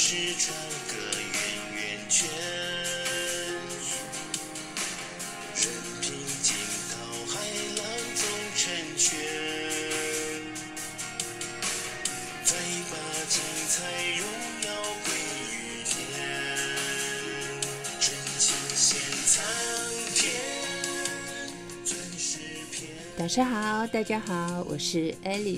是转个圆圆圈，任凭惊涛骇浪总成全，再把精彩荣耀归于天，真情献苍天，钻石片。 导师好，大家好，我是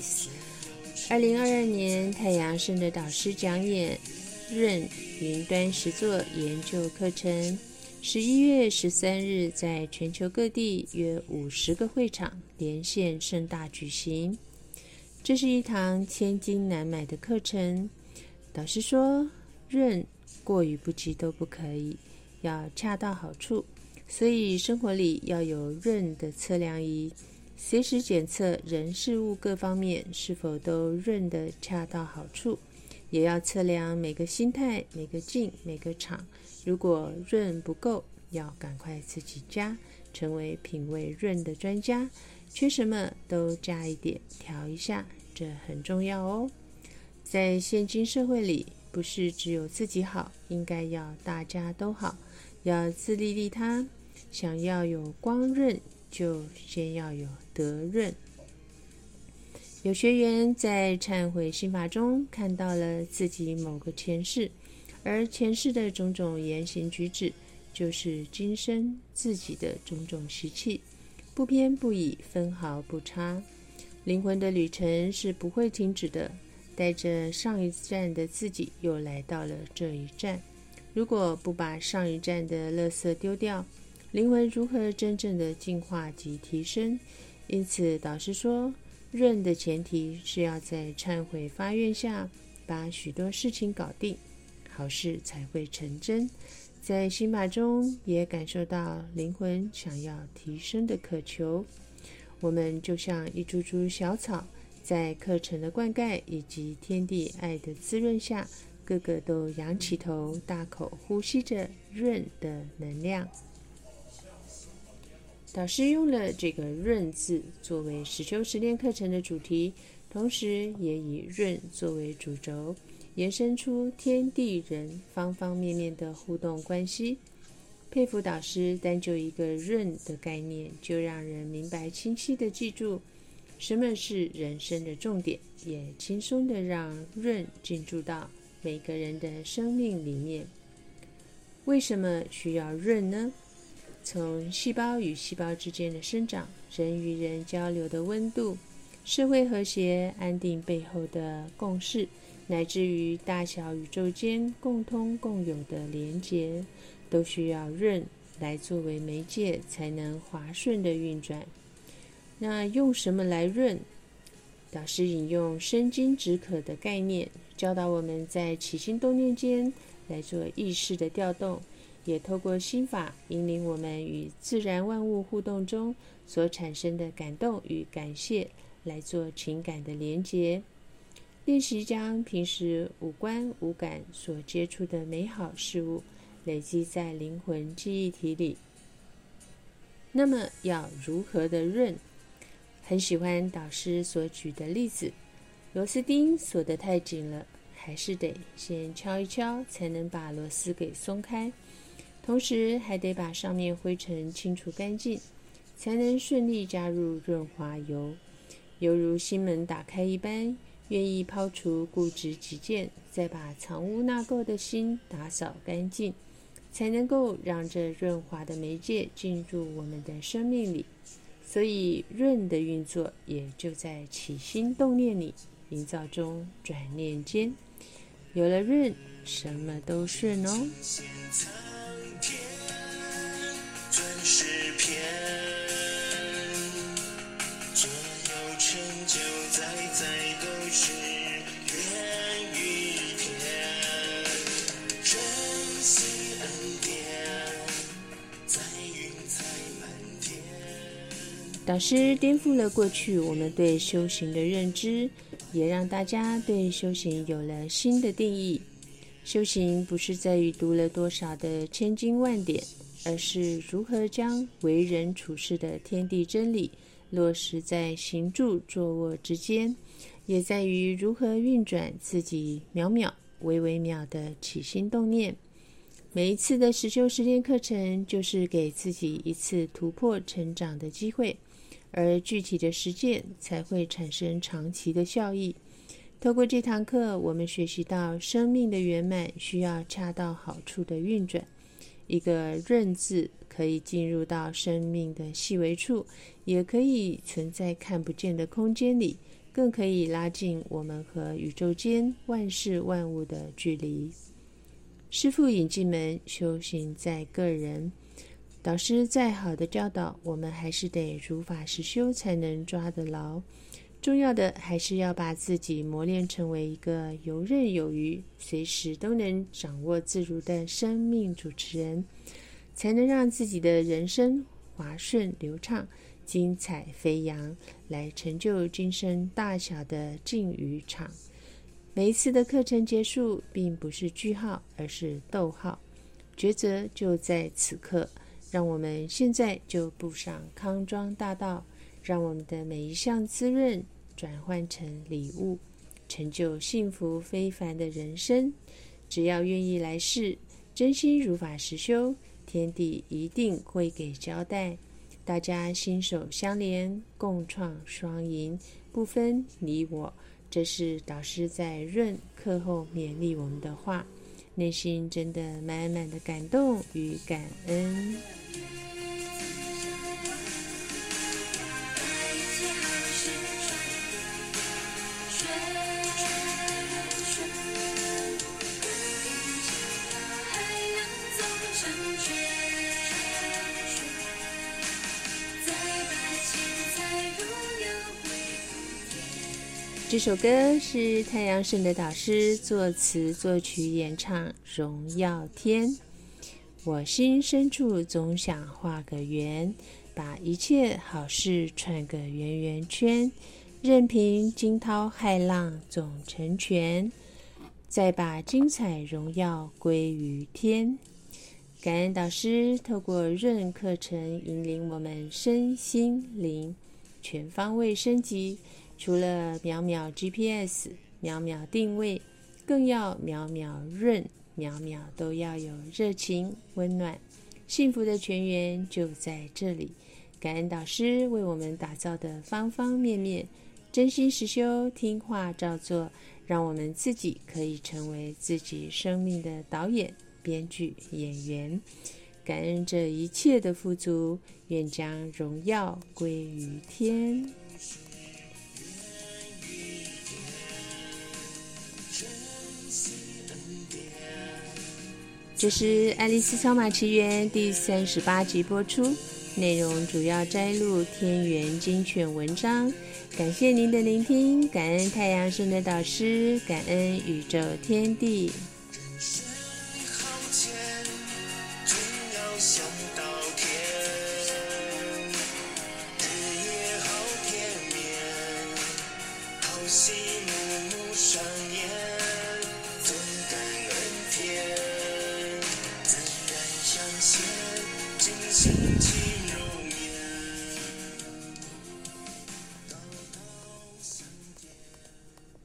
Alice。2022年太阳升的导师讲演润云端实作研究课程，11月13日在全球各地约50个会场连线盛大举行。这是一堂千金难买的课程。导师说，润过于不及都不可以，要恰到好处，所以生活里要有润的测量仪，随时检测人事物各方面是否都润的恰到好处，也要测量每个心态、每个境、每个场。如果润不够，要赶快自己加，成为品味润的专家，缺什么都加一点，调一下，这很重要哦。在现今社会里，不是只有自己好，应该要大家都好，要自利利他。想要有光润，就先要有德润。有学员在忏悔心法中看到了自己某个前世，而前世的种种言行举止，就是今生自己的种种习气，不偏不倚，分毫不差。灵魂的旅程是不会停止的，带着上一站的自己又来到了这一站。如果不把上一站的垃圾丢掉，灵魂如何真正的进化及提升？因此导师说，润的前提是要在忏悔发愿下把许多事情搞定，好事才会成真。在心法中也感受到灵魂想要提升的渴求。我们就像一株株小草，在课程的灌溉以及天地爱的滋润下，个个都仰起头，大口呼吸着润的能量。导师用了这个润字作为实修实练课程的主题，同时也以润作为主轴，延伸出天地人方方面面的互动关系。佩服导师单就一个润的概念，就让人明白清晰的记住什么是人生的重点，也轻松的让润进驻到每个人的生命里面。为什么需要润呢？从细胞与细胞之间的生长，人与人交流的温度，社会和谐安定背后的共识，乃至于大小宇宙间共通共有的连结，都需要润来作为媒介，才能滑顺的运转。那用什么来润？导师引用生津止渴的概念，教导我们在起心动念间来做意识的调动，也透过心法引领我们与自然万物互动中所产生的感动与感谢来做情感的连结。练习将平时五官五感所接触的美好事物累积在灵魂记忆体里。那么要如何的润？很喜欢导师所举的例子，螺丝钉锁得太紧了，还是得先敲一敲，才能把螺丝给松开，同时还得把上面灰尘清除干净，才能顺利加入润滑油。犹如心门打开一般，愿意抛除固执己见，再把藏污纳垢的心打扫干净，才能够让这润滑的媒介进入我们的生命里。所以润的运作也就在起心动念里，营造中转念间。有了润，什么都顺哦。 钻石片，所有成就在都是源于天，真心恩典，在云彩满天。 导师颠覆了过去我们对修行的认知，也让大家对修行有了新的定义。修行不是在于读了多少的千经万典，而是如何将为人处事的天地真理落实在行住坐卧之间，也在于如何运转自己渺渺微微妙的起心动念。每一次的实修实练课程，就是给自己一次突破成长的机会，而具体的实践才会产生长期的效益。透过这堂课，我们学习到生命的圆满需要恰到好处的运转。一个润字可以进入到生命的细微处，也可以存在看不见的空间里，更可以拉近我们和宇宙间万事万物的距离。师父引进门，修行在个人。导师再好的教导，我们还是得如法实修才能抓得牢。重要的还是要把自己磨练成为一个游刃有余、随时都能掌握自如的生命主持人，才能让自己的人生滑顺流畅、精彩飞扬，来成就今生大小的境与场。每一次的课程结束，并不是句号，而是逗号。抉择就在此刻，让我们现在就步上康庄大道，让我们的每一项滋润转换成礼物，成就幸福非凡的人生。只要愿意来试，真心如法实修，天地一定会给交代。大家心手相连，共创双赢，不分你我。这是导师在润课后勉励我们的话，内心真的满满的感动与感恩。这首歌是太阳圣的导师作词作曲演唱，荣耀天。我心深处总想画个圆，把一切好事串个圆圆圈，任凭惊涛骇浪总成全，再把精彩荣耀归于天。感恩导师透过润课程引领我们身心灵全方位升级，除了秒秒 GPS 秒秒定位，更要秒秒润，秒秒都要有热情温暖，幸福的泉源就在这里。感恩导师为我们打造的方方面面，真心实修，听话照做，让我们自己可以成为自己生命的导演、编剧、演员。感恩这一切的富足，愿将荣耀归于天。这是《爱丽丝超马奇缘》第38集播出，内容主要摘录天元精选文章。感谢您的聆听，感恩太阳神的导师，感恩宇宙天地。 人生好浅，总要想到天。